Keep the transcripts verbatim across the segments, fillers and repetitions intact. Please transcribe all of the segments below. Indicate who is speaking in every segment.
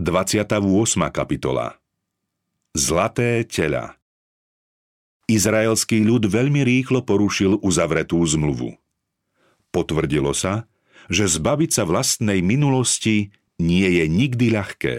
Speaker 1: dvadsiata ôsma kapitola. Zlaté teľa. Izraelský ľud veľmi rýchlo porušil uzavretú zmluvu. Potvrdilo sa, že zbaviť sa vlastnej minulosti nie je nikdy ľahké.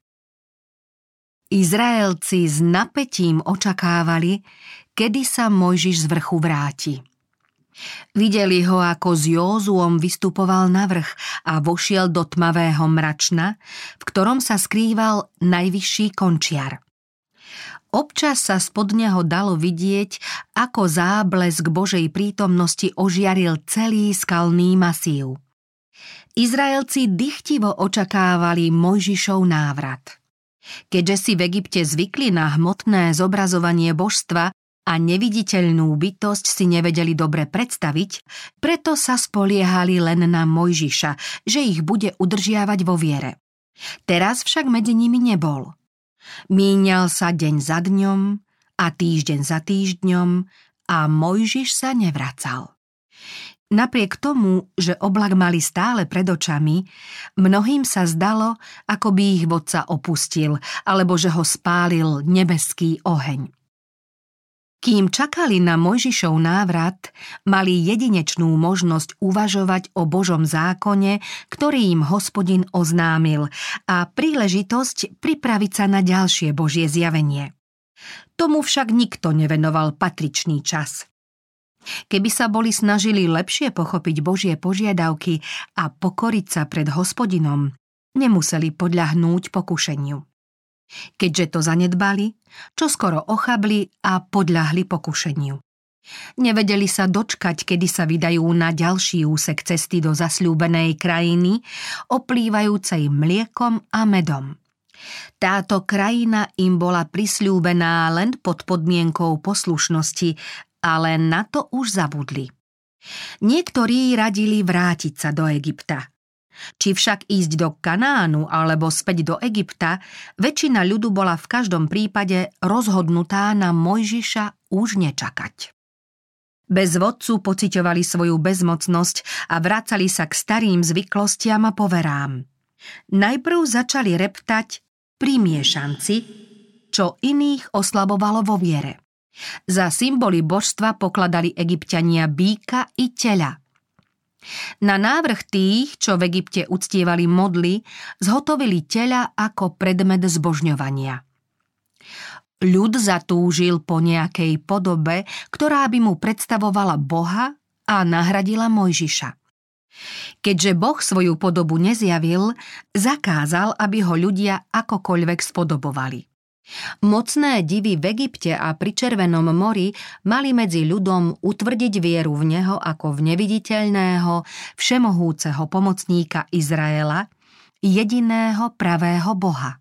Speaker 2: Izraelci s napätím očakávali, kedy sa Mojžiš z vrchu vráti. Videli ho, ako s Józuom vystupoval na vrch a vošiel do tmavého mračna, v ktorom sa skrýval najvyšší končiar. Občas sa spod neho dalo vidieť, ako záblesk Božej prítomnosti ožiaril celý skalný masív. Izraelci dychtivo očakávali Mojžišov návrat. Keďže si v Egypte zvykli na hmotné zobrazovanie božstva a neviditeľnú bytosť si nevedeli dobre predstaviť, preto sa spoliehali len na Mojžiša, že ich bude udržiavať vo viere. Teraz však medzi nimi nebol. Míňal sa deň za dňom a týždeň za týždňom a Mojžiš sa nevracal. Napriek tomu, že oblak mali stále pred očami, mnohým sa zdalo, ako by ich vodca opustil, alebo že ho spálil nebeský oheň. Kým čakali na Mojžišov návrat, mali jedinečnú možnosť uvažovať o Božom zákone, ktorý im Hospodin oznámil, a príležitosť pripraviť sa na ďalšie Božie zjavenie. Tomu však nikto nevenoval patričný čas. Keby sa boli snažili lepšie pochopiť Božie požiadavky a pokoriť sa pred Hospodinom, nemuseli podľahnúť pokušeniu. Keďže to zanedbali, čoskoro ochabli a podľahli pokušeniu. Nevedeli sa dočkať, kedy sa vydajú na ďalší úsek cesty do zasľúbenej krajiny, oplývajúcej mliekom a medom. Táto krajina im bola prisľúbená len pod podmienkou poslušnosti, ale na to už zabudli. Niektorí radili vrátiť sa do Egypta. Či však ísť do Kanánu alebo späť do Egypta, väčšina ľudu bola v každom prípade rozhodnutá na Mojžiša už nečakať. Bez vodcu pociťovali svoju bezmocnosť a vracali sa k starým zvyklostiam a poverám. Najprv začali reptať primiešanci, čo iných oslabovalo vo viere. Za symboly božstva pokladali Egypťania býka i teľa. Na návrh tých, čo v Egypte uctievali modly, zhotovili teľa ako predmet zbožňovania. Ľud zatúžil po nejakej podobe, ktorá by mu predstavovala Boha a nahradila Mojžiša. Keďže Boh svoju podobu nezjavil, zakázal, aby ho ľudia akokoľvek spodobovali. Mocné divy v Egypte a pri Červenom mori mali medzi ľudom utvrdiť vieru v neho ako v neviditeľného, všemohúceho pomocníka Izraela, jediného pravého Boha.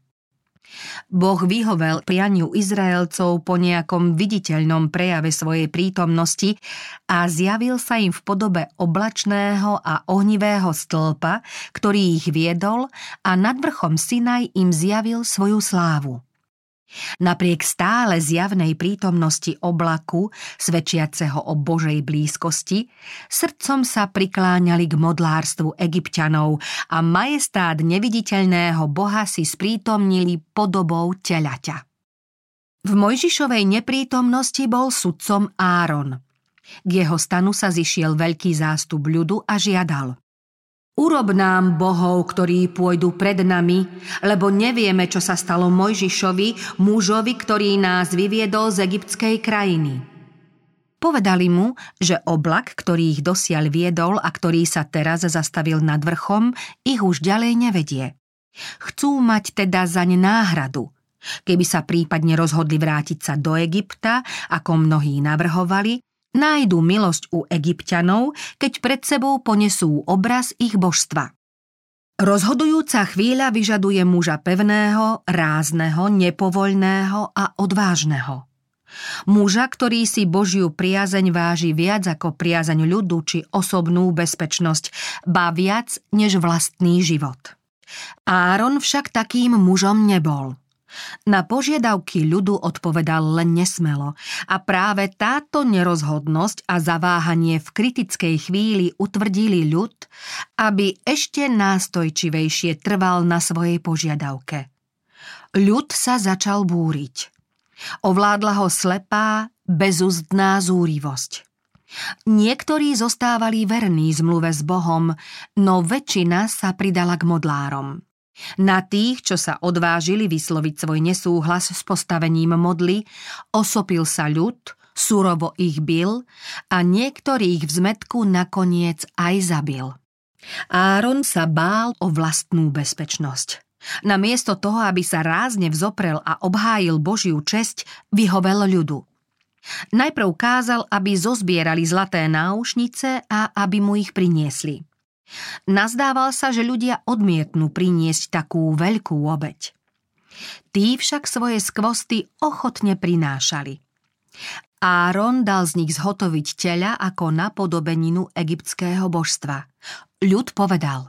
Speaker 2: Boh vyhovel prianiu Izraelcov po nejakom viditeľnom prejave svojej prítomnosti a zjavil sa im v podobe oblačného a ohnivého stĺpa, ktorý ich viedol, a nad vrchom Sinaj im zjavil svoju slávu. Napriek stále zjavnej prítomnosti oblaku, svedčiaceho o Božej blízkosti, srdcom sa prikláňali k modlárstvu Egypťanov a majestát neviditeľného Boha si sprítomnili podobou teľaťa. V Mojžišovej neprítomnosti bol sudcom Áron. K jeho stanu sa zišiel veľký zástup ľudu a žiadal: Urob nám bohov, ktorí pôjdu pred nami, lebo nevieme, čo sa stalo Mojžišovi, mužovi, ktorý nás vyviedol z egyptskej krajiny. Povedali mu, že oblak, ktorý ich dosiaľ viedol a ktorý sa teraz zastavil nad vrchom, ich už ďalej nevedie. Chcú mať teda zaň náhradu. Keby sa prípadne rozhodli vrátiť sa do Egypta, ako mnohí navrhovali, nájdu milosť u Egypťanov, keď pred sebou ponesú obraz ich božstva. Rozhodujúca chvíľa vyžaduje muža pevného, rázneho, nepovoľného a odvážneho. Muža, ktorý si Božiu priazeň váži viac ako priazeň ľudu či osobnú bezpečnosť, ba viac než vlastný život. Áron však takým mužom nebol. Na požiadavky ľudu odpovedal len nesmelo a práve táto nerozhodnosť a zaváhanie v kritickej chvíli utvrdili ľud, aby ešte nástojčivejšie trval na svojej požiadavke. Ľud sa začal búriť. Ovládla ho slepá, bezúzdná zúrivosť. Niektorí zostávali verní zmluve s Bohom, no väčšina sa pridala k modlárom. Na tých, čo sa odvážili vysloviť svoj nesúhlas s postavením modly, osopil sa ľud, surovo ich bil a niektorých v zmätku nakoniec aj zabil. Áron sa bál o vlastnú bezpečnosť. Namiesto toho, aby sa rázne vzoprel a obhájil Božiu česť, vyhovel ľudu. Najprv kázal, aby zozbierali zlaté náušnice a aby mu ich priniesli. Nazdával sa, že ľudia odmietnú priniesť takú veľkú obeť. Tí však svoje skvosty ochotne prinášali. Áron dal z nich zhotoviť teľa ako napodobeninu egyptského božstva. Ľud povedal: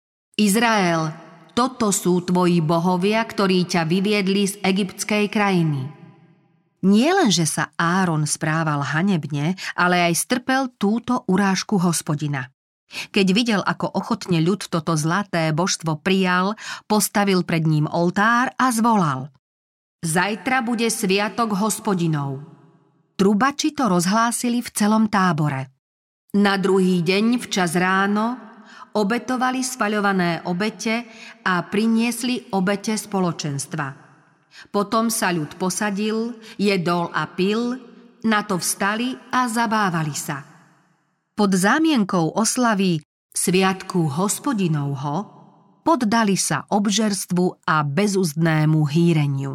Speaker 2: Izrael, toto sú tvoji bohovia, ktorí ťa vyviedli z egyptskej krajiny. Nie len, že sa Áron správal hanebne, ale aj strpel túto urážku Hospodina. Keď videl, ako ochotne ľud toto zlaté božstvo prijal, postavil pred ním oltár a zvolal: Zajtra bude sviatok Hospodinov. Trubači to rozhlásili v celom tábore. Na druhý deň včas ráno obetovali svaľované obete a priniesli obete spoločenstva. Potom sa ľud posadil, jedol a pil, na to vstali a zabávali sa. Pod zámienkou oslavy Sviatku Hospodinovho poddali sa obžerstvu a bezúzdnému hýreniu.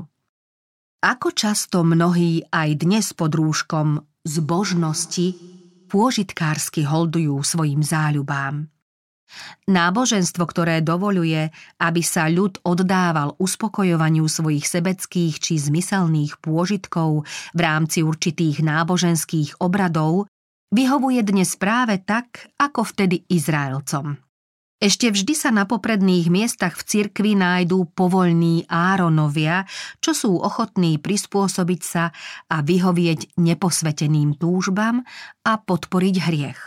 Speaker 2: Ako často mnohí aj dnes pod rúškom zbožnosti pôžitkársky holdujú svojim záľubám. Náboženstvo, ktoré dovoľuje, aby sa ľud oddával uspokojovaniu svojich sebeckých či zmyselných pôžitkov v rámci určitých náboženských obradov, vyhovuje dnes práve tak, ako vtedy Izraelcom. Ešte vždy sa na popredných miestach v cirkvi nájdú povoľní Áronovia, čo sú ochotní prispôsobiť sa a vyhovieť neposveteným túžbám a podporiť hriech.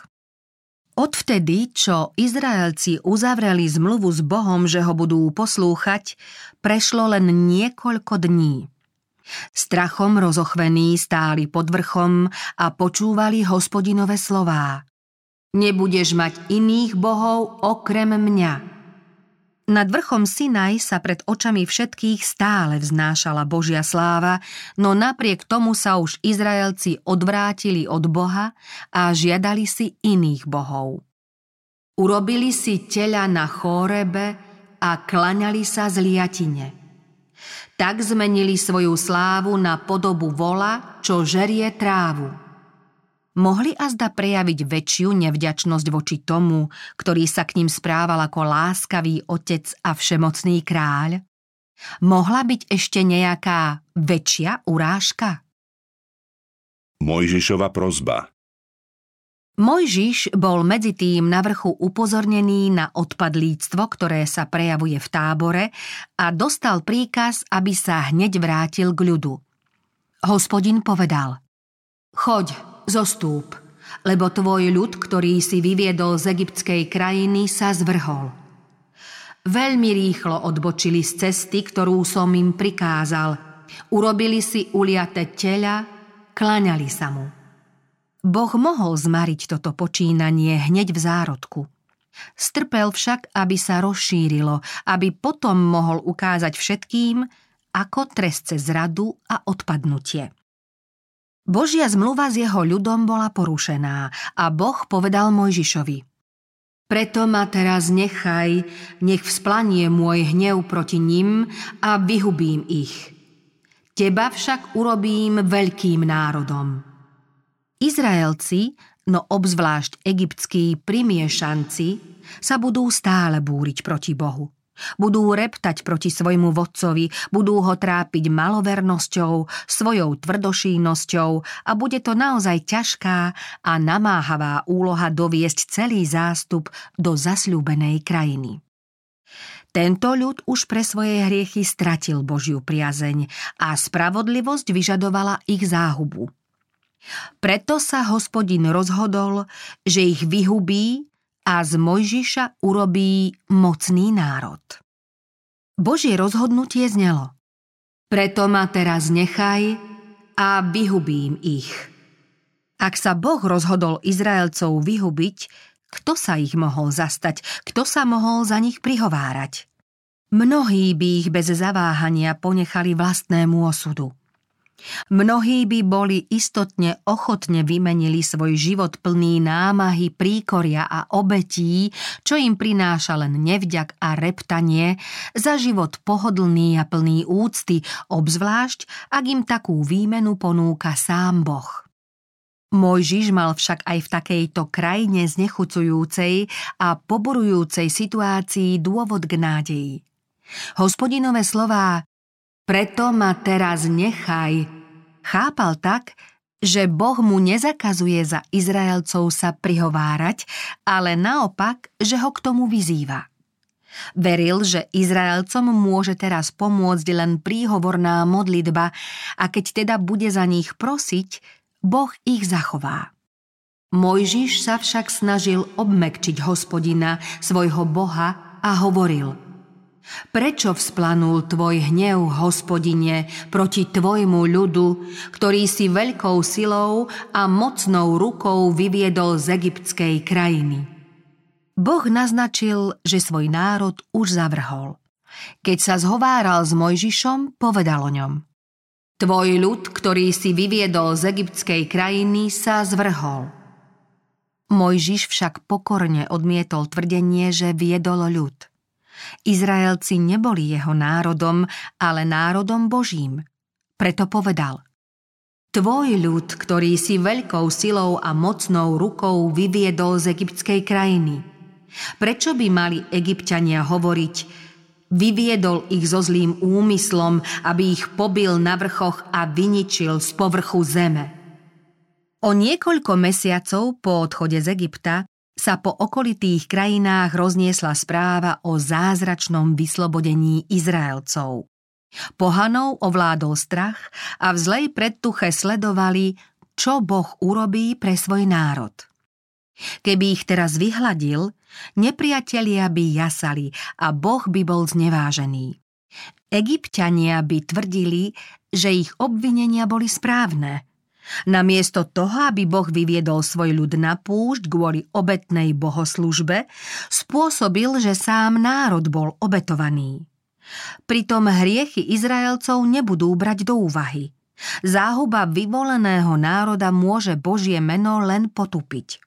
Speaker 2: Odvtedy, čo Izraelci uzavreli zmluvu s Bohom, že ho budú poslúchať, prešlo len niekoľko dní. Strachom rozochvení stáli pod vrchom a počúvali Hospodinové slová: Nebudeš mať iných bohov okrem mňa. Nad vrchom Sinaj sa pred očami všetkých stále vznášala Božia sláva, no napriek tomu sa už Izraelci odvrátili od Boha a žiadali si iných bohov. Urobili si teľa na Chórebe a klaňali sa zliatine. Tak zmenili svoju slávu na podobu vola, čo žerie trávu. Mohli azda prejaviť väčšiu nevďačnosť voči tomu, ktorý sa k ním správal ako láskavý otec a všemocný kráľ? Mohla byť ešte nejaká väčšia urážka?
Speaker 1: Mojžišova prosba.
Speaker 2: Mojžiš bol medzi tým na vrchu upozornený na odpadlíctvo, ktoré sa prejavuje v tábore, a dostal príkaz, aby sa hneď vrátil k ľudu. Hospodin povedal: Choď, zostúp, lebo tvoj ľud, ktorý si vyviedol z egyptskej krajiny, sa zvrhol. Veľmi rýchlo odbočili z cesty, ktorú som im prikázal. Urobili si uliate teľa, klaňali sa mu. Boh mohol zmariť toto počínanie hneď v zárodku. Strpel však, aby sa rozšírilo, aby potom mohol ukázať všetkým, ako trest cez zradu a odpadnutie. Božia zmluva s jeho ľudom bola porušená a Boh povedal Mojžišovi: Preto ma teraz nechaj, nech vzplanie môj hnev proti nim a vyhubím ich. Teba však urobím veľkým národom. Izraelci, no obzvlášť egyptskí primiešanci, sa budú stále búriť proti Bohu. Budú reptať proti svojmu vodcovi, budú ho trápiť malovernosťou, svojou tvrdošínnosťou a bude to naozaj ťažká a namáhavá úloha doviesť celý zástup do zasľúbenej krajiny. Tento ľud už pre svoje hriechy stratil Božiu priazeň a spravodlivosť vyžadovala ich záhubu. Preto sa Hospodin rozhodol, že ich vyhubí a z Mojžiša urobí mocný národ. Božie rozhodnutie znelo: Preto ma teraz nechaj a vyhubím ich. Ak sa Boh rozhodol Izraelcov vyhubiť, kto sa ich mohol zastať? Kto sa mohol za nich prihovárať? Mnohí by ich bez zaváhania ponechali vlastnému osudu. Mnohí by boli istotne ochotne vymenili svoj život plný námahy, príkoria a obetí, čo im prináša len nevďak a reptanie, za život pohodlný a plný úcty, obzvlášť, ak im takú výmenu ponúka sám Boh. Mojžiš mal však aj v takejto krajine znechucujúcej a poborujúcej situácii dôvod k nádeji. Hospodinové slová Preto ma teraz nechaj chápal tak, že Boh mu nezakazuje za Izraelcov sa prihovárať, ale naopak, že ho k tomu vyzýva. Veril, že Izraelcom môže teraz pomôcť len príhovorná modlitba a keď teda bude za nich prosiť, Boh ich zachová. Mojžiš sa však snažil obmäkčiť Hospodina, svojho Boha, a hovoril: Prečo vzplanul tvoj hnev, Hospodine, proti tvojmu ľudu, ktorý si veľkou silou a mocnou rukou vyviedol z egyptskej krajiny? Boh naznačil, že svoj národ už zavrhol. Keď sa zhováral s Mojžišom, povedal o ňom: Tvoj ľud, ktorý si vyviedol z egyptskej krajiny, sa zvrhol. Mojžiš však pokorne odmietol tvrdenie, že viedol ľud. Izraelci neboli jeho národom, ale národom Božím. Preto povedal: Tvoj ľud, ktorý si veľkou silou a mocnou rukou vyviedol z egyptskej krajiny. Prečo by mali Egypťania hovoriť: Vyviedol ich so zlým úmyslom, aby ich pobil na vrchoch a vyničil z povrchu zeme. O niekoľko mesiacov po odchode z Egypta sa po okolitých krajinách rozniesla správa o zázračnom vyslobodení Izraelcov. Pohanov ovládol strach a v zlej predtuche sledovali, čo Boh urobí pre svoj národ. Keby ich teraz vyhladil, nepriatelia by jasali a Boh by bol znevážený. Egypťania by tvrdili, že ich obvinenia boli správne. Namiesto toho, aby Boh vyviedol svoj ľud na púšť kvôli obetnej bohoslužbe, spôsobil, že sám národ bol obetovaný. Pritom hriechy Izraelcov nebudú brať do úvahy. Záhuba vyvoleného národa môže Božie meno len potupiť.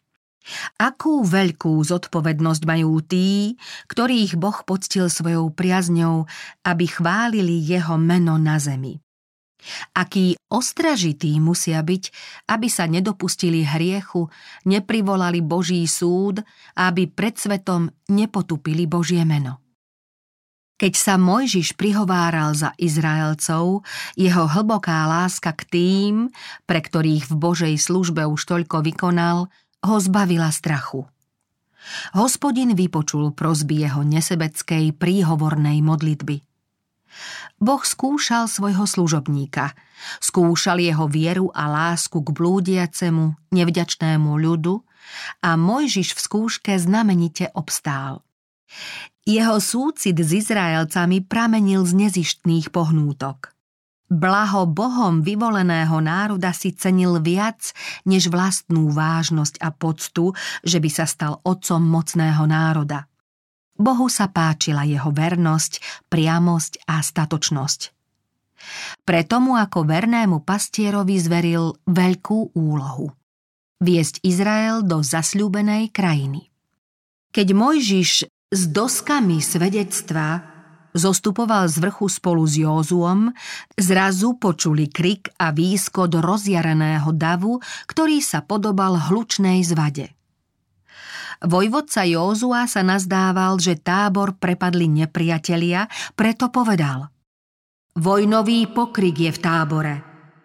Speaker 2: Akú veľkú zodpovednosť majú tí, ktorých Boh poctil svojou priazňou, aby chválili jeho meno na zemi. Akí ostražití musia byť, aby sa nedopustili hriechu, neprivolali Boží súd a aby pred svetom nepotupili Božie meno. Keď sa Mojžiš prihováral za Izraelcov, jeho hlboká láska k tým, pre ktorých v Božej službe už toľko vykonal, ho zbavila strachu. Hospodin vypočul prosby jeho nesebeckej príhovornej modlitby. Boh skúšal svojho služobníka, skúšal jeho vieru a lásku k blúdiacemu, nevďačnému ľudu a Mojžiš v skúške znamenite obstál. Jeho súcit s Izraelcami pramenil z nezištných pohnútok. Blaho Bohom vyvoleného národa si cenil viac než vlastnú vážnosť a poctu, že by sa stal otcom mocného národa. Bohu sa páčila jeho vernosť, priamosť a statočnosť. Preto mu ako vernému pastierovi zveril veľkú úlohu – viesť Izrael do zasľúbenej krajiny. Keď Mojžiš s doskami svedectva zostupoval z vrchu spolu s Józuom, zrazu počuli krik a výskot rozjareného davu, ktorý sa podobal hlučnej zvade. Vojvodca Józua sa nazdával, že tábor prepadli nepriatelia, preto povedal: Vojnový pokrik je v tábore.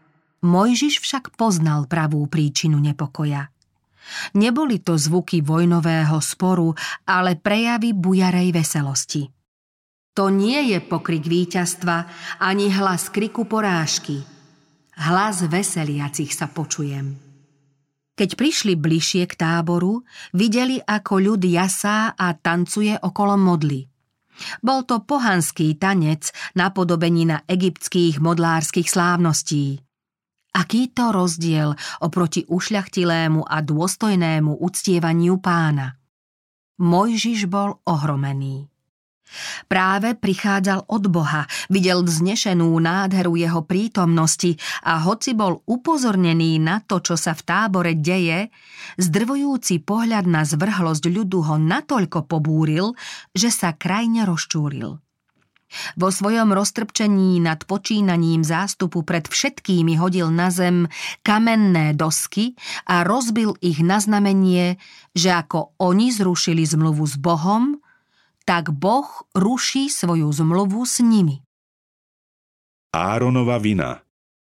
Speaker 2: Mojžiš však poznal pravú príčinu nepokoja. Neboli to zvuky vojnového sporu, ale prejavy bujarej veselosti. To nie je pokrik víťazstva, ani hlas kriku porážky. Hlas veseliacich sa počujem. Keď prišli bližšie k táboru, videli, ako ľud jasá a tancuje okolo modly. Bol to pohanský tanec napodobení na egyptských modlárskych slávností. Aký to rozdiel oproti ušľachtilému a dôstojnému uctievaniu Pána. Mojžiš bol ohromený. Práve prichádzal od Boha, videl vznešenú nádheru jeho prítomnosti a hoci bol upozornený na to, čo sa v tábore deje, zdrvujúci pohľad na zvrhlosť ľudu ho natoľko pobúril, že sa krajne rozčúril. Vo svojom roztrpčení nad počínaním zástupu pred všetkými hodil na zem kamenné dosky a rozbil ich na znamenie, že ako oni zrušili zmluvu s Bohom, tak Boh ruší svoju zmluvu s nimi.
Speaker 1: Áronova vina.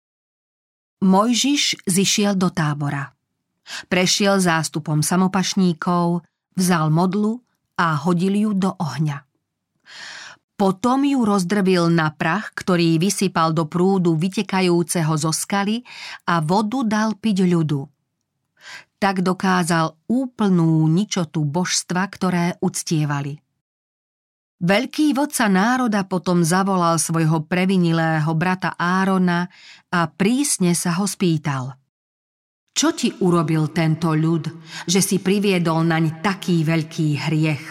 Speaker 2: Mojžiš zišiel do tábora. Prešiel zástupom samopašníkov, vzal modlu a hodil ju do ohňa. Potom ju rozdrbil na prach, ktorý vysypal do prúdu vytekajúceho zo skaly a vodu dal piť ľudu. Tak dokázal úplnú ničotu božstva, ktoré uctievali. Veľký vodca národa potom zavolal svojho previnilého brata Árona a prísne sa ho spýtal. Čo ti urobil tento ľud, že si priviedol naň taký veľký hriech?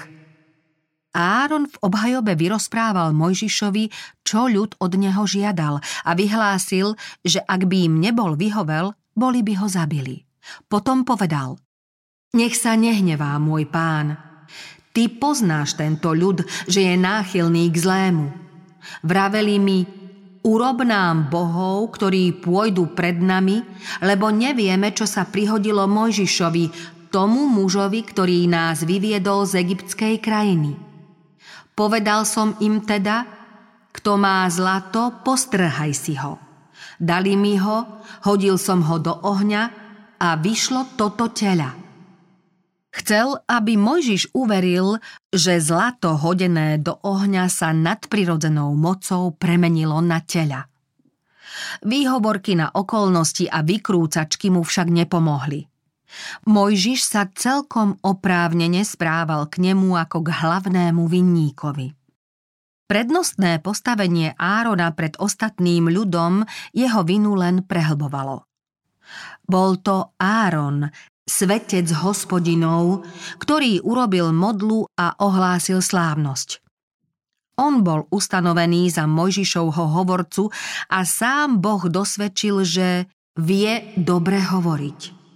Speaker 2: Áron v obhajobe vyrozprával Mojžišovi, čo ľud od neho žiadal a vyhlásil, že ak by im nebol vyhovel, boli by ho zabili. Potom povedal: Nech sa nehnevá môj pán. Ty poznáš tento ľud, že je náchylný k zlému. Vraveli mi: urob nám bohov, ktorí pôjdu pred nami, lebo nevieme, čo sa prihodilo Mojžišovi, tomu mužovi, ktorý nás vyviedol z egyptskej krajiny. Povedal som im teda: kto má zlato, postrhaj si ho. Dali mi ho, hodil som ho do ohňa a vyšlo toto teľa. Chcel, aby Mojžiš uveril, že zlato hodené do ohňa sa nadprirodzenou mocou premenilo na teľa. Výhovorky na okolnosti a vykrúcačky mu však nepomohli. Mojžiš sa celkom oprávnene správal k nemu ako k hlavnému vinníkovi. Prednostné postavenie Árona pred ostatným ľudom jeho vinu len prehlbovalo. Bol to Áron, svetec Hospodinov, ktorý urobil modlu a ohlásil slávnosť. On bol ustanovený za Mojžišovho hovorcu a sám Boh dosvedčil, že vie dobre hovoriť.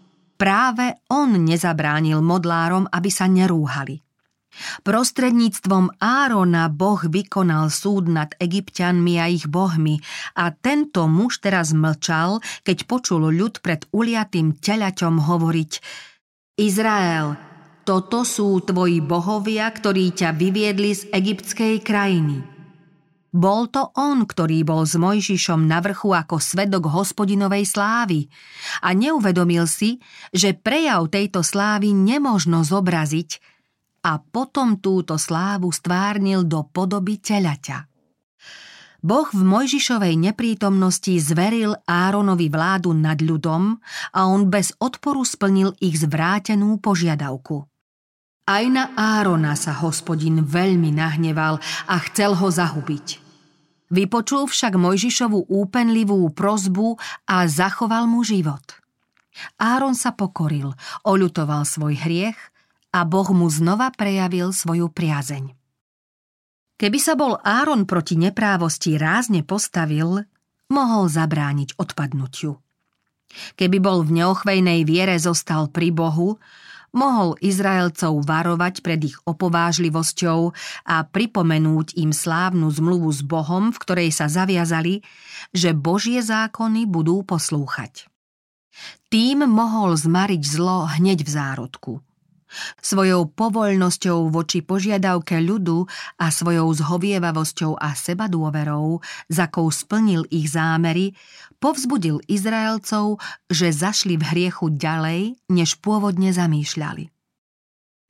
Speaker 2: Práve on nezabránil modlárom, aby sa nerúhali. Prostredníctvom Árona Boh vykonal súd nad Egypťanmi a ich bohmi a tento muž teraz mlčal, keď počul ľud pred uliatým teľaťom hovoriť: Izrael, toto sú tvoji bohovia, ktorí ťa vyviedli z egyptskej krajiny. Bol to on, ktorý bol s Mojžišom na vrchu ako svedok Hospodinovej slávy a neuvedomil si, že prejav tejto slávy nemožno zobraziť, a potom túto slávu stvárnil do podoby teľaťa. Boh v Mojžišovej neprítomnosti zveril Áronovi vládu nad ľudom a on bez odporu splnil ich zvrátenú požiadavku. Aj na Árona sa Hospodin veľmi nahneval a chcel ho zahubiť. Vypočul však Mojžišovu úpenlivú prosbu a zachoval mu život. Áron sa pokoril, oľutoval svoj hriech a Boh mu znova prejavil svoju priazeň. Keby sa bol Áron proti neprávosti rázne postavil, mohol zabrániť odpadnutiu. Keby bol v neochvejnej viere zostal pri Bohu, mohol Izraelcov varovať pred ich opovážlivosťou a pripomenúť im slávnu zmluvu s Bohom, v ktorej sa zaviazali, že Božie zákony budú poslúchať. Tým mohol zmariť zlo hneď v zárodku. Svojou povoľnosťou voči požiadavke ľudu a svojou zhovievavosťou a sebadôverou, za akou splnil ich zámery, povzbudil Izraelcov, že zašli v hriechu ďalej, než pôvodne zamýšľali.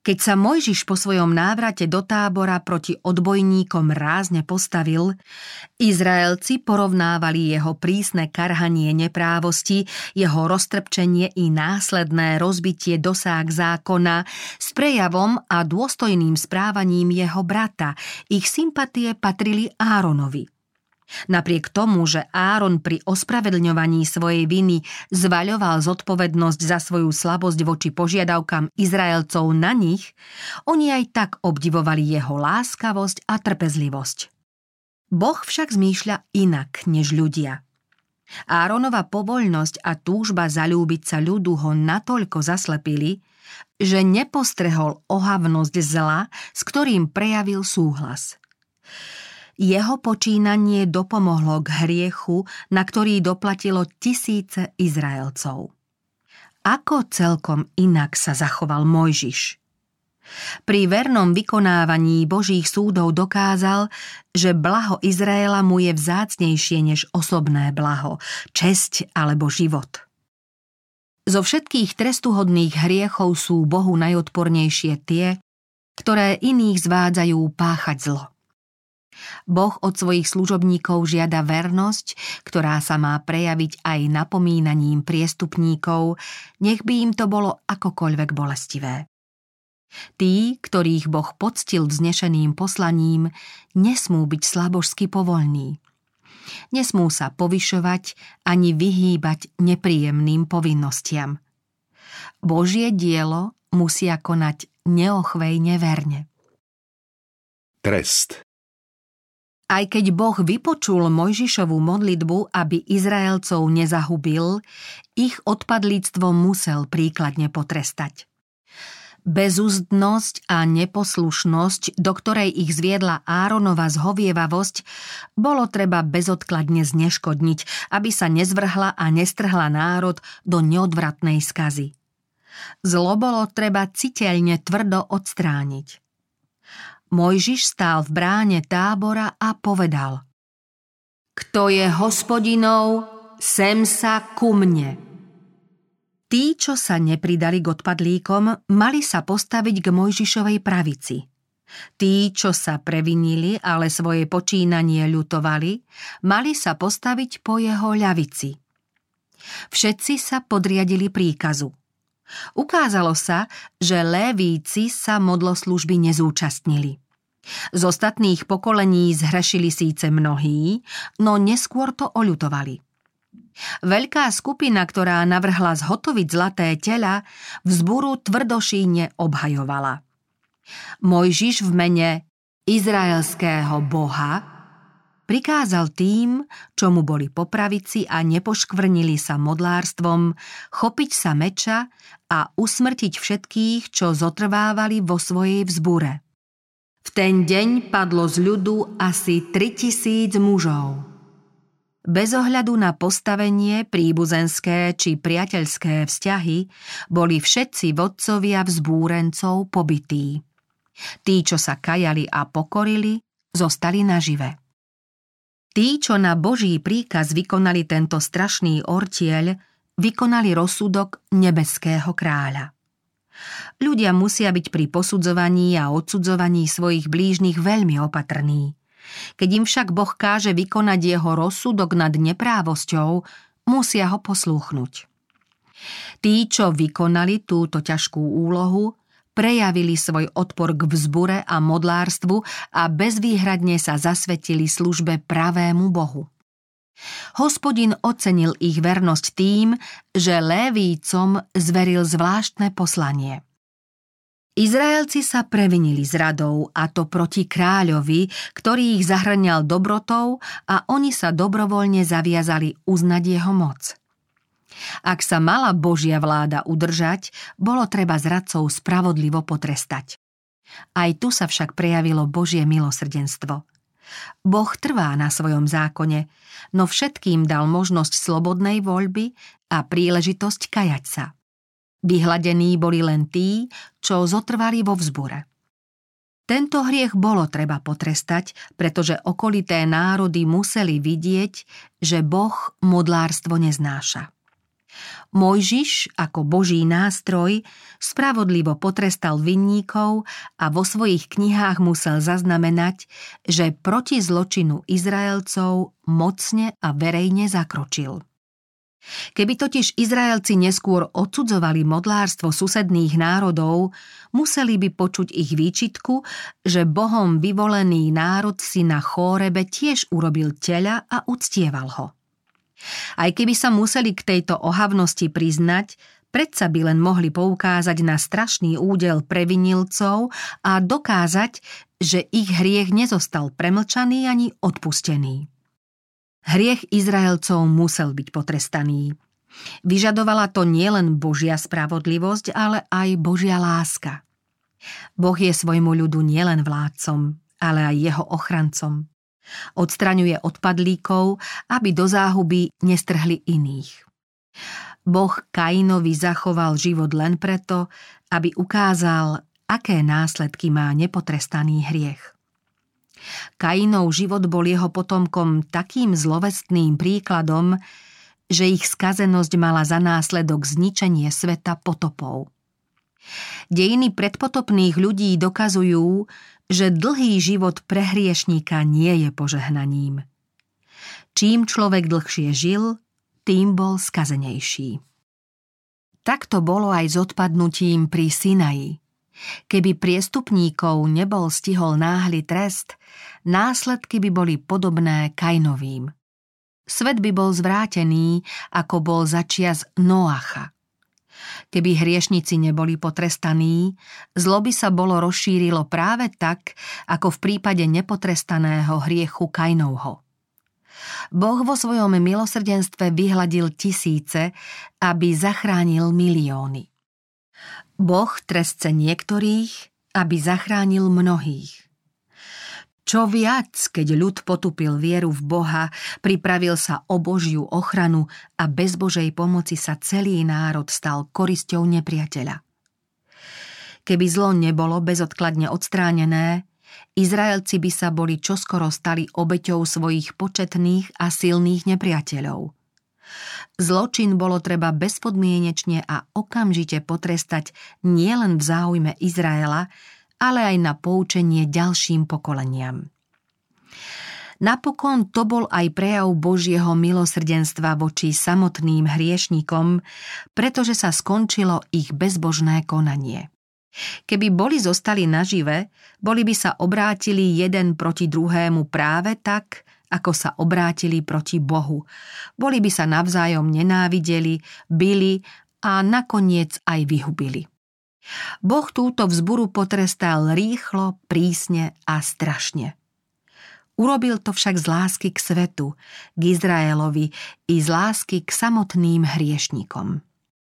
Speaker 2: Keď sa Mojžiš po svojom návrate do tábora proti odbojníkom rázne postavil, Izraelci porovnávali jeho prísne karhanie neprávosti, jeho roztrpčenie i následné rozbitie dosák zákona s prejavom a dôstojným správaním jeho brata. Ich sympatie patrili Áronovi. Napriek tomu, že Áron pri ospravedlňovaní svojej viny zvaľoval zodpovednosť za svoju slabosť voči požiadavkám Izraelcov na nich, oni aj tak obdivovali jeho láskavosť a trpezlivosť. Boh však zmýšľa inak než ľudia. Áronova povoľnosť a túžba zaľúbiť sa ľudu ho natoľko zaslepili, že nepostrehol ohavnosť zla, s ktorým prejavil súhlas. Jeho počínanie dopomohlo k hriechu, na ktorý doplatilo tisíce Izraelcov. Ako celkom inak sa zachoval Mojžiš? Pri vernom vykonávaní Božích súdov dokázal, že blaho Izraela mu je vzácnejšie než osobné blaho, česť alebo život. Zo všetkých trestuhodných hriechov sú Bohu najodpornejšie tie, ktoré iných zvádzajú páchať zlo. Boh od svojich služobníkov žiada vernosť, ktorá sa má prejaviť aj napomínaním priestupníkov, nech by im to bolo akokoľvek bolestivé. Tí, ktorých Boh poctil vznešeným poslaním, nesmú byť slabožsky povolní. Nesmú sa povyšovať ani vyhýbať nepríjemným povinnostiam. Božie dielo musia konať neochvejne verne.
Speaker 1: Trest.
Speaker 2: Aj keď Boh vypočul Mojžišovu modlitbu, aby Izraelcov nezahubil, ich odpadlíctvo musel príkladne potrestať. Bezúzdnosť a neposlušnosť, do ktorej ich zviedla Áronova zhovievavosť, bolo treba bezodkladne zneškodniť, aby sa nezvrhla a nestrhla národ do neodvratnej skazy. Zlo bolo treba citeľne tvrdo odstrániť. Mojžiš stál v bráne tábora a povedal: Kto je Hospodinov, sem sa ku mne. Tí, čo sa nepridali k odpadlíkom, mali sa postaviť k Mojžišovej pravici. Tí, čo sa previnili, ale svoje počínanie ľutovali, mali sa postaviť po jeho ľavici. Všetci sa podriadili príkazu. Ukázalo sa, že Lévíci sa modloslužby nezúčastnili. Z ostatných pokolení zhrešili síce mnohí, no neskôr to oľutovali. Veľká skupina, ktorá navrhla zhotoviť zlaté teľa, vzburu tvrdošíne obhajovala. Mojžiš v mene izraelského Boha prikázal tým, čo mu boli po pravici a nepoškvrnili sa modlárstvom, chopiť sa meča a usmrtiť všetkých, čo zotrvávali vo svojej vzbure. V ten deň padlo z ľudu asi tritisíc mužov. Bez ohľadu na postavenie, príbuzenské či priateľské vzťahy, boli všetci vodcovia vzbúrencov pobití. Tí, čo sa kajali a pokorili, zostali nažive. Tí, čo na Boží príkaz vykonali tento strašný ortieľ, vykonali rozsudok nebeského kráľa. Ľudia musia byť pri posudzovaní a odsudzovaní svojich blížnych veľmi opatrní. Keď im však Boh káže vykonať jeho rozsudok nad neprávosťou, musia ho poslúchnuť. Tí, čo vykonali túto ťažkú úlohu, prejavili svoj odpor k vzbure a modlárstvu a bezvýhradne sa zasvetili službe pravému Bohu. Hospodin ocenil ich vernosť tým, že Lévícom zveril zvláštne poslanie. Izraelci sa previnili z radou, a to proti kráľovi, ktorý ich zahrňal dobrotou, a oni sa dobrovoľne zaviazali uznať jeho moc. Ak sa mala Božia vláda udržať, bolo treba zradcov spravodlivo potrestať. Aj tu sa však prejavilo Božie milosrdenstvo. Boh trvá na svojom zákone, no všetkým dal možnosť slobodnej voľby a príležitosť kajať sa. Vyhladení boli len tí, čo zotrvali vo vzbure. Tento hriech bolo treba potrestať, pretože okolité národy museli vidieť, že Boh modlárstvo neznáša. Mojžiš, ako Boží nástroj, spravodlivo potrestal vinníkov a vo svojich knihách musel zaznamenať, že proti zločinu Izraelcov mocne a verejne zakročil. Keby totiž Izraelci neskôr odsudzovali modlárstvo susedných národov, museli by počuť ich výčitku, že Bohom vyvolený národ si na Chórebe tiež urobil teľa a uctieval ho. Aj keby sa museli k tejto ohavnosti priznať, predsa by len mohli poukázať na strašný údel previnilcov a dokázať, že ich hriech nezostal premlčaný ani odpustený. Hriech Izraelcov musel byť potrestaný. Vyžadovala to nielen Božia spravodlivosť, ale aj Božia láska. Boh je svojmu ľudu nielen vládcom, ale aj jeho ochrancom. Odstraňuje odpadlíkov, aby do záhuby nestrhli iných. Boh Kainovi zachoval život len preto, aby ukázal, aké následky má nepotrestaný hriech. Kainov život bol jeho potomkom takým zlovestným príkladom, že ich skazenosť mala za následok zničenie sveta potopou. Dejiny predpotopných ľudí dokazujú, že dlhý život pre hriešníka nie je požehnaním. Čím človek dlhšie žil, tým bol skazenejší. Tak to bolo aj s odpadnutím pri Sinaji. Keby priestupníkov nebol stihol náhly trest, následky by boli podobné Kainovým. Svet by bol zvrátený, ako bol začias Noacha. Keby hriešnici neboli potrestaní, zlo by sa bolo rozšírilo práve tak, ako v prípade nepotrestaného hriechu Kainovho. Boh vo svojom milosrdenstve vyhladil tisíce, aby zachránil milióny. Boh trestce niektorých, aby zachránil mnohých. Čo viac, keď ľud potupil vieru v Boha, pripravil sa o Božiu ochranu a bez Božej pomoci sa celý národ stal korisťou nepriateľa. Keby zlo nebolo bezodkladne odstránené, Izraelci by sa boli čoskoro stali obeťou svojich početných a silných nepriateľov. Zločin bolo treba bezpodmienečne a okamžite potrestať nielen v záujme Izraela, ale aj na poučenie ďalším pokoleniam. Napokon to bol aj prejav Božieho milosrdenstva voči samotným hriešnikom, pretože sa skončilo ich bezbožné konanie. Keby boli zostali nažive, boli by sa obrátili jeden proti druhému práve tak, ako sa obrátili proti Bohu. Boli by sa navzájom nenávideli, bili a nakoniec aj vyhubili. Boh túto vzburu potrestal rýchlo, prísne a strašne. Urobil to však z lásky k svetu, k Izraelovi i z lásky k samotným hriešnikom.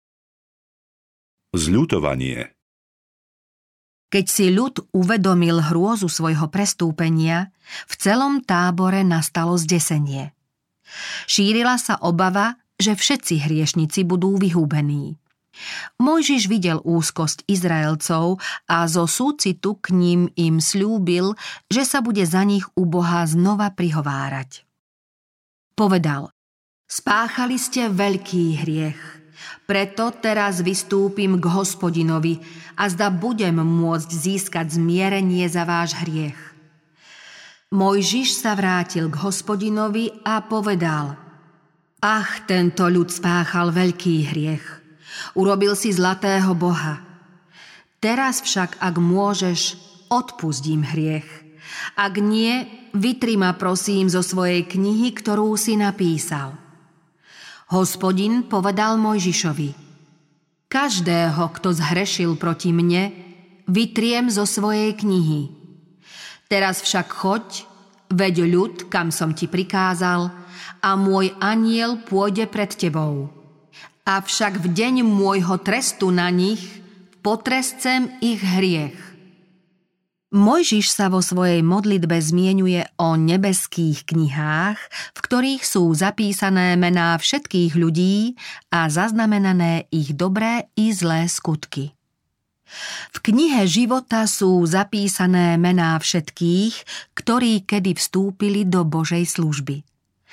Speaker 1: Zľutovanie.
Speaker 2: Keď si ľud uvedomil hrôzu svojho prestúpenia, v celom tábore nastalo zdesenie. Šírila sa obava, že všetci hriešnici budú vyhúbení. Mojžiš videl úzkosť Izraelcov a zo súcitu k ním im sľúbil, že sa bude za nich u Boha znova prihovárať. Povedal: Spáchali ste veľký hriech. Preto teraz vystúpim k Hospodinovi a zda budem môcť získať zmierenie za váš hriech. Mojžiš sa vrátil k Hospodinovi a povedal: Ach, tento ľud spáchal veľký hriech. Urobil si zlatého boha. Teraz však, ak môžeš, odpustím hriech. Ak nie, vytri ma prosím zo svojej knihy, ktorú si napísal. Hospodin povedal Mojžišovi: Každého, kto zhrešil proti mne, vytriem zo svojej knihy. Teraz však choď, veď ľud, kam som ti prikázal, a môj anjel pôjde pred tebou. Avšak v deň môjho trestu na nich potrescem ich hriech. Mojžiš sa vo svojej modlitbe zmieňuje o nebeských knihách, v ktorých sú zapísané mená všetkých ľudí a zaznamenané ich dobré i zlé skutky. V knihe života sú zapísané mená všetkých, ktorí kedy vstúpili do Božej služby.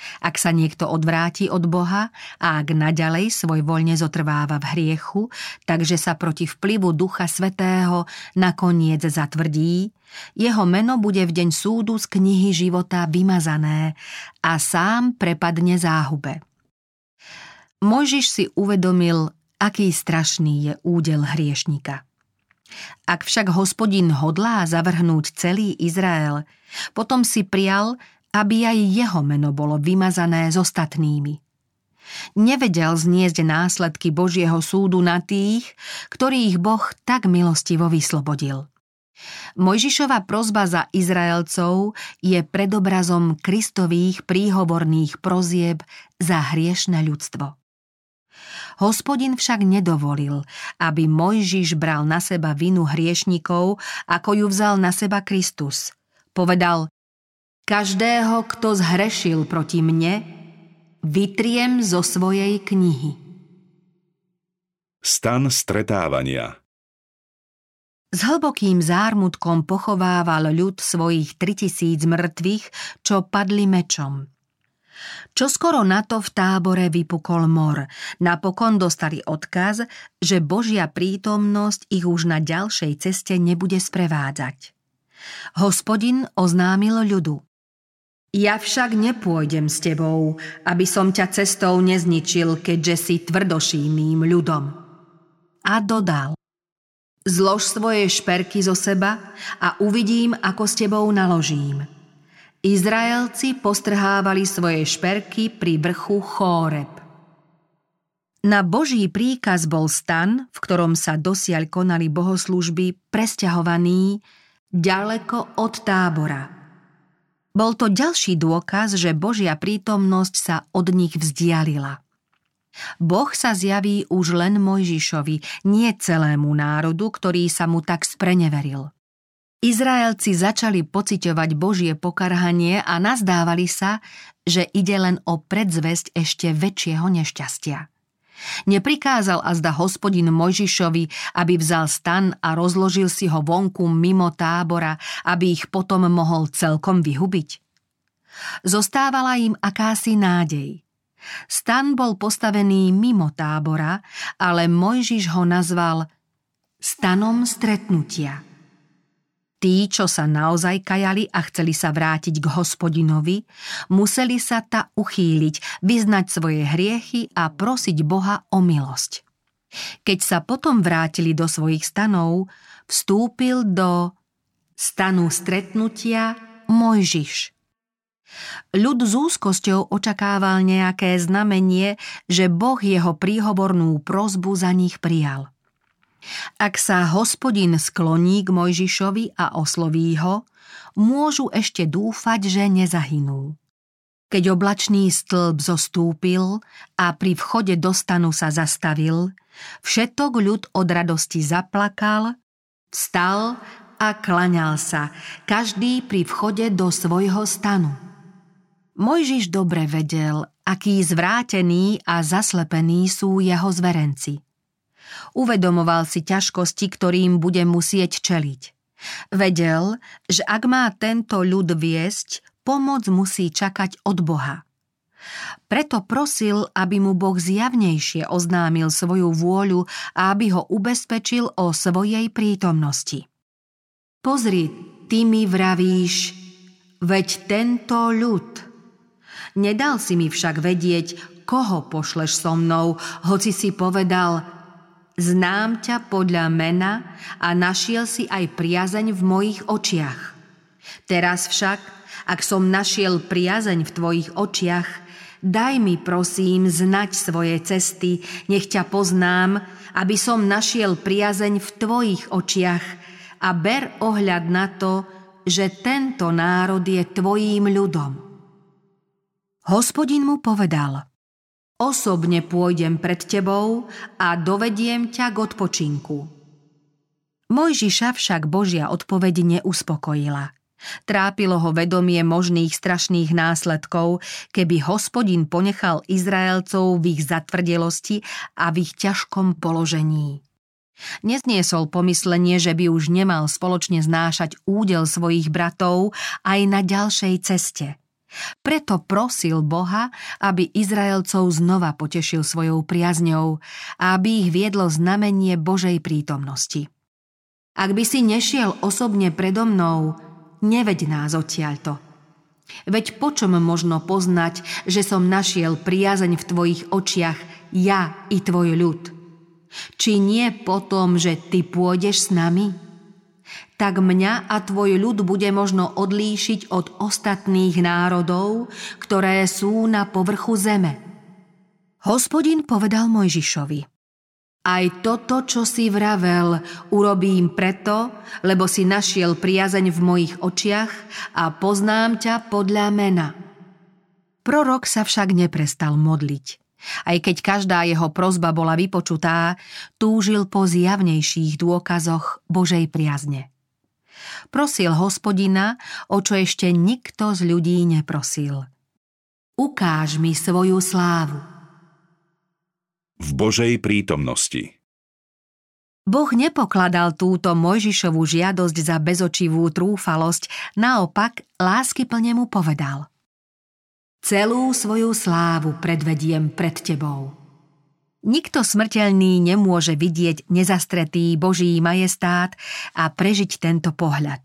Speaker 2: Ak sa niekto odvráti od Boha a ak naďalej svojvoľne zotrváva v hriechu, takže sa proti vplyvu Ducha Svätého nakoniec zatvrdí, jeho meno bude v deň súdu z knihy života vymazané a sám prepadne záhube. Mojžiš si uvedomil, aký strašný je údel hriešnika. Ak však Hospodin hodlá zavrhnúť celý Izrael, potom si prial, aby aj jeho meno bolo vymazané s ostatnými. Nevedel zniesť následky Božieho súdu na tých, ktorých Boh tak milostivo vyslobodil. Mojžišova prosba za Izraelcov je predobrazom Kristových príhovorných prozieb za hriešne ľudstvo. Hospodin však nedovolil, aby Mojžiš bral na seba vinu hriešnikov, ako ju vzal na seba Kristus. Povedal: každého, kto zhrešil proti mne, vytriem zo svojej knihy.
Speaker 1: Stan stretávania.
Speaker 2: S hlbokým zármutkom pochovával ľud svojich tritisíc mŕtvych, čo padli mečom. Čoskoro na to v tábore vypukol mor. Napokon dostali odkaz, že Božia prítomnosť ich už na ďalšej ceste nebude sprevádzať. Hospodin oznámil ľudu: ja však nepôjdem s tebou, aby som ťa cestou nezničil, keďže si tvrdošíným ľudom. A dodal: zlož svoje šperky zo seba a uvidím, ako s tebou naložím. Izraelci postrhávali svoje šperky pri vrchu Chóreb. Na Boží príkaz bol stan, v ktorom sa dosiaľ konali bohoslúžby, presťahovaný ďaleko od tábora. Bol to ďalší dôkaz, že Božia prítomnosť sa od nich vzdialila. Boh sa zjaví už len Mojžišovi, nie celému národu, ktorý sa mu tak spreneveril. Izraelci začali pociťovať Božie pokarhanie a nazdávali sa, že ide len o predzvesť ešte väčšieho nešťastia. Neprikázal azda Hospodin Mojžišovi, aby vzal stan a rozložil si ho vonku mimo tábora, aby ich potom mohol celkom vyhubiť. Zostávala im akási nádej. Stan bol postavený mimo tábora, ale Mojžiš ho nazval stanom stretnutia. Tí, čo sa naozaj kajali a chceli sa vrátiť k Hospodinovi, museli sa ta uchýliť, vyznať svoje hriechy a prosiť Boha o milosť. Keď sa potom vrátili do svojich stanov, vstúpil do stanu stretnutia Mojžiš. Ľud s úzkosťou očakával nejaké znamenie, že Boh jeho príhovornú prosbu za nich prijal. Ak sa Hospodin skloní k Mojžišovi a osloví ho, môžu ešte dúfať, že nezahynú. Keď oblačný stĺp zostúpil a pri vchode do stanu sa zastavil, všetok ľud od radosti zaplakal, vstal a klaňal sa, každý pri vchode do svojho stanu. Mojžiš dobre vedel, akí zvrátený a zaslepení sú jeho zverenci. Uvedomoval si ťažkosti, ktorým bude musieť čeliť. Vedel, že ak má tento ľud viesť, pomoc musí čakať od Boha. Preto prosil, aby mu Boh zjavnejšie oznámil svoju vôľu a aby ho ubezpečil o svojej prítomnosti. Pozri, ty mi vravíš, veď tento ľud. Nedal si mi však vedieť, koho pošleš so mnou, hoci si povedal: znám ťa podľa mena a našiel si aj priazeň v mojich očiach. Teraz však, ak som našiel priazeň v tvojich očiach, daj mi prosím znať svoje cesty, nech ťa poznám, aby som našiel priazeň v tvojich očiach a ber ohľad na to, že tento národ je tvojím ľudom. Hospodin mu povedal: osobne pôjdem pred tebou a dovediem ťa k odpočinku. Mojžiša však Božia odpoveď neuspokojila. Trápilo ho vedomie možných strašných následkov, keby Hospodin ponechal Izraelcov v ich zatvrdelosti a v ich ťažkom položení. Nezniesol pomyslenie, že by už nemal spoločne znášať údel svojich bratov aj na ďalšej ceste. Preto prosil Boha, aby Izraelcov znova potešil svojou priazňou a aby ich viedlo znamenie Božej prítomnosti. Ak by si nešiel osobne predo mnou, neveď nás odtiaľto. Veď počom možno poznať, že som našiel priazeň v tvojich očiach, ja i tvoj ľud? Či nie potom, že ty pôjdeš s nami? Tak mňa a tvoj ľud bude možno odlíšiť od ostatných národov, ktoré sú na povrchu zeme. Hospodin povedal Mojžišovi: Aj toto, čo si vravel, urobím preto, lebo si našiel priazeň v mojich očiach a poznám ťa podľa mena. Prorok sa však neprestal modliť. Aj keď každá jeho prosba bola vypočutá, túžil po zjavnejších dôkazoch Božej priazne. Prosil Hospodina, o čo ešte nikto z ľudí neprosil. Ukáž mi svoju slávu.
Speaker 1: V Božej prítomnosti.
Speaker 2: Boh nepokladal túto Mojžišovú žiadosť za bezočivú trúfalosť, naopak láskyplne mu povedal: Celú svoju slávu predvediem pred tebou. Nikto smrteľný nemôže vidieť nezastretý Boží majestát a prežiť tento pohľad.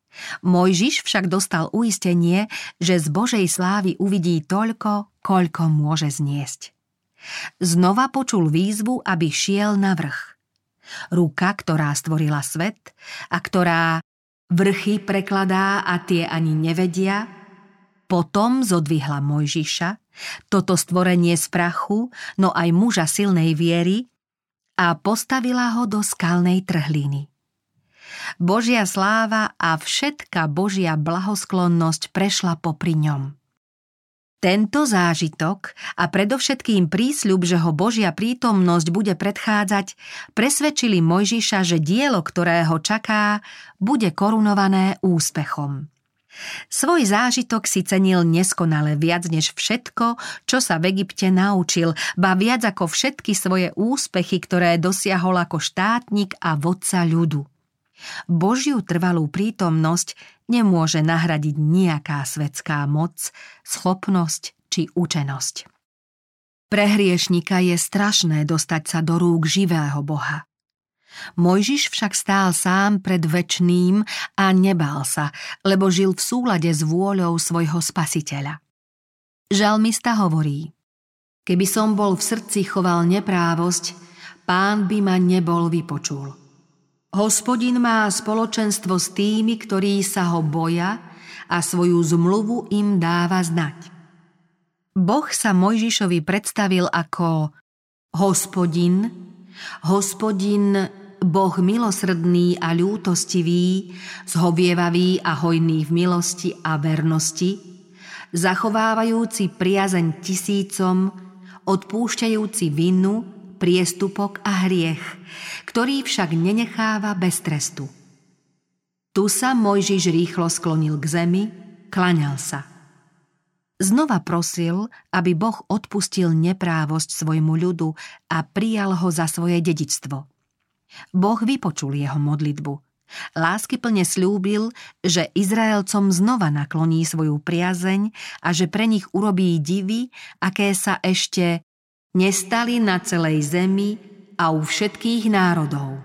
Speaker 2: Mojžiš však dostal uistenie, že z Božej slávy uvidí toľko, koľko môže zniesť. Znova počul výzvu, aby šiel na vrch. Ruka, ktorá stvorila svet a ktorá vrchy prekladá a tie ani nevedia, potom zodvihla Mojžiša, toto stvorenie z prachu, no aj muža silnej viery, a postavila ho do skalnej trhliny. Božia sláva a všetka Božia blahosklonnosť prešla popri ňom. Tento zážitok a predovšetkým prísľub, že ho Božia prítomnosť bude predchádzať, presvedčili Mojžiša, že dielo, ktoré ho čaká, bude korunované úspechom. Svoj zážitok si cenil neskonale viac než všetko, čo sa v Egypte naučil, ba viac ako všetky svoje úspechy, ktoré dosiahol ako štátnik a vodca ľudu. Božiu trvalú prítomnosť nemôže nahradiť nejaká svetská moc, schopnosť či učenosť. Pre hriešnika je strašné dostať sa do rúk živého Boha. Mojžiš však stál sám pred večným a nebál sa, lebo žil v súlade s vôľou svojho Spasiteľa. Žalmista hovorí: Keby som bol v srdci choval neprávosť, Pán by ma nebol vypočul. Hospodin má spoločenstvo s tými, ktorí sa ho boja, a svoju zmluvu im dáva znať. Boh sa Mojžišovi predstavil ako Hospodin, Hospodin, Boh milosrdný a ľútostivý, zhovievavý a hojný v milosti a vernosti, zachovávajúci priazeň tisícom, odpúšťajúci vinu, priestupok a hriech, ktorý však nenecháva bez trestu. Tu sa Mojžiš rýchlo sklonil k zemi, klaňal sa. Znova prosil, aby Boh odpustil neprávosť svojmu ľudu a prijal ho za svoje dedičstvo. Boh vypočul jeho modlitbu. Láskyplne sľúbil, že Izraelcom znova nakloní svoju priazeň a že pre nich urobí divy, aké sa ešte nestali na celej zemi a u všetkých národov.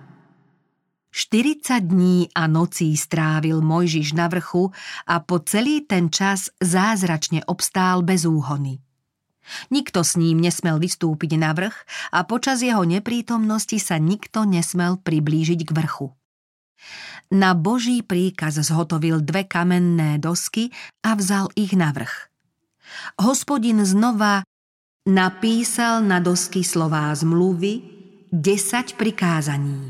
Speaker 2: štyridsať dní a nocí strávil Mojžiš na vrchu a po celý ten čas zázračne obstál bez úhony. Nikto s ním nesmel vystúpiť na vrch a počas jeho neprítomnosti sa nikto nesmel priblížiť k vrchu. Na Boží príkaz zhotovil dve kamenné dosky a vzal ich na vrch. Hospodin znova napísal na dosky slová zmluvy, desať prikázaní.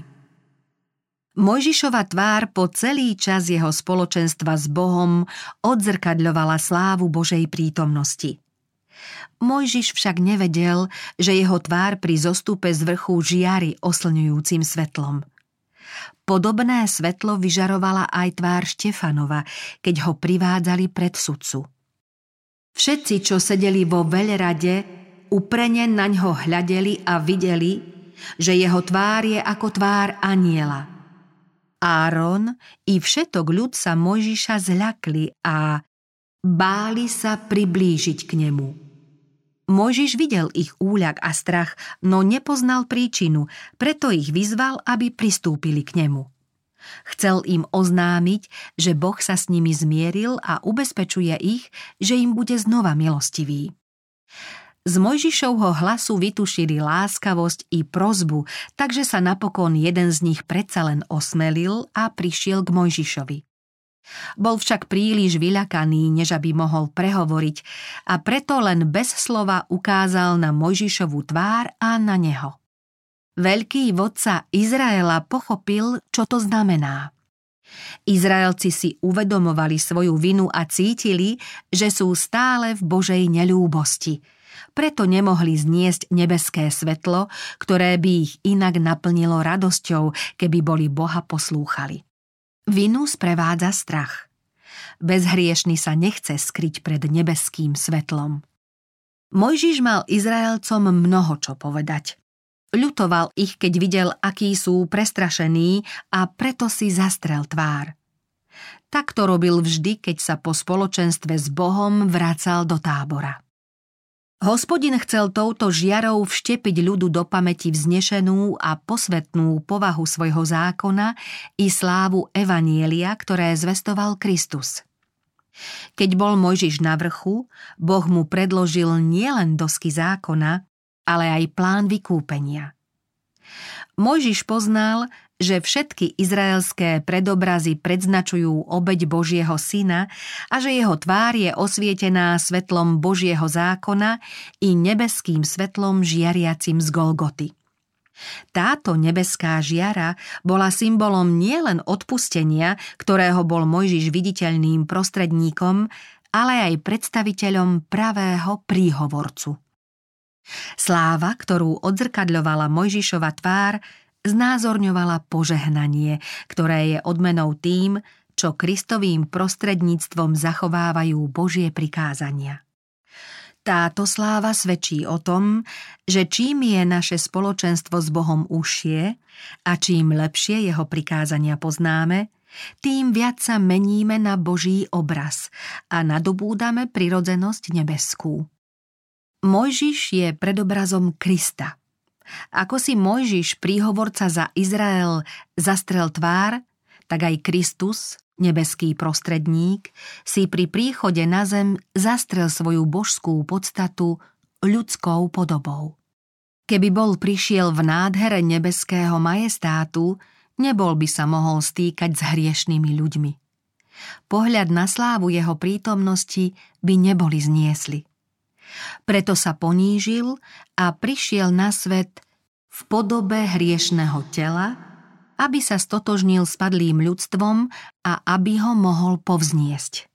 Speaker 2: Mojžišova tvár po celý čas jeho spoločenstva s Bohom odzrkadľovala slávu Božej prítomnosti. Mojžiš však nevedel, že jeho tvár pri zostupe z vrchu žiari oslňujúcim svetlom. Podobné svetlo vyžarovala aj tvár Štefanova, keď ho privádzali pred sudcu. Všetci, čo sedeli vo veľrade, uprene naňho hľadeli a videli, že jeho tvár je ako tvár anjela. Áron i všetok ľud sa Mojžiša zľakli a báli sa priblížiť k nemu. Mojžiš videl ich úľak a strach, no nepoznal príčinu, preto ich vyzval, aby pristúpili k nemu. Chcel im oznámiť, že Boh sa s nimi zmieril a ubezpečuje ich, že im bude znova milostivý. Z Mojžišovho hlasu vytušili láskavosť i prosbu, takže sa napokon jeden z nich predsa len osmelil a prišiel k Mojžišovi. Bol však príliš vyľakaný, než aby mohol prehovoriť, a preto len bez slova ukázal na Mojžišovu tvár a na neho. Veľký vodca Izraela pochopil, čo to znamená. Izraelci si uvedomovali svoju vinu a cítili, že sú stále v Božej neľúbosti. Preto nemohli zniesť nebeské svetlo, ktoré by ich inak naplnilo radosťou, keby boli Boha poslúchali. Vinu sprevádza strach. Bezhriešny sa nechce skryť pred nebeským svetlom. Mojžiš mal Izraelcom mnoho čo povedať. Ľutoval ich, keď videl, akí sú prestrašení, a preto si zastrel tvár. Tak to robil vždy, keď sa po spoločenstve s Bohom vracal do tábora. Hospodin chcel touto žiarou vštepiť ľudu do pamäti vznešenú a posvetnú povahu svojho zákona i slávu evanielia, ktoré zvestoval Kristus. Keď bol Mojžiš na vrchu, Boh mu predložil nielen dosky zákona, ale aj plán vykúpenia. Mojžiš poznal, že všetky izraelské predobrazy predznačujú obeť Božieho syna a že jeho tvár je osvietená svetlom Božieho zákona i nebeským svetlom žiariacim z Golgoty. Táto nebeská žiara bola symbolom nielen odpustenia, ktorého bol Mojžiš viditeľným prostredníkom, ale aj predstaviteľom pravého príhovorcu. Sláva, ktorú odzrkadľovala Mojžišova tvár, znázorňovala požehnanie, ktoré je odmenou tým, čo Kristovým prostredníctvom zachovávajú Božie prikázania. Táto sláva svedčí o tom, že čím je naše spoločenstvo s Bohom užšie a čím lepšie jeho prikázania poznáme, tým viac sa meníme na Boží obraz a nadobúdame prirodzenosť nebeskú. Mojžiš je predobrazom Krista. Ako si Mojžiš, príhovorca za Izrael, zastrel tvár, tak aj Kristus, nebeský prostredník, si pri príchode na zem zastrel svoju božskú podstatu ľudskou podobou. Keby bol prišiel v nádhere nebeského majestátu, nebol by sa mohol stýkať s hriešnými ľuďmi. Pohľad na slávu jeho prítomnosti by neboli zniesli. Preto sa ponížil a prišiel na svet v podobe hriešného tela, aby sa stotožnil s padlým ľudstvom a aby ho mohol povzniesť.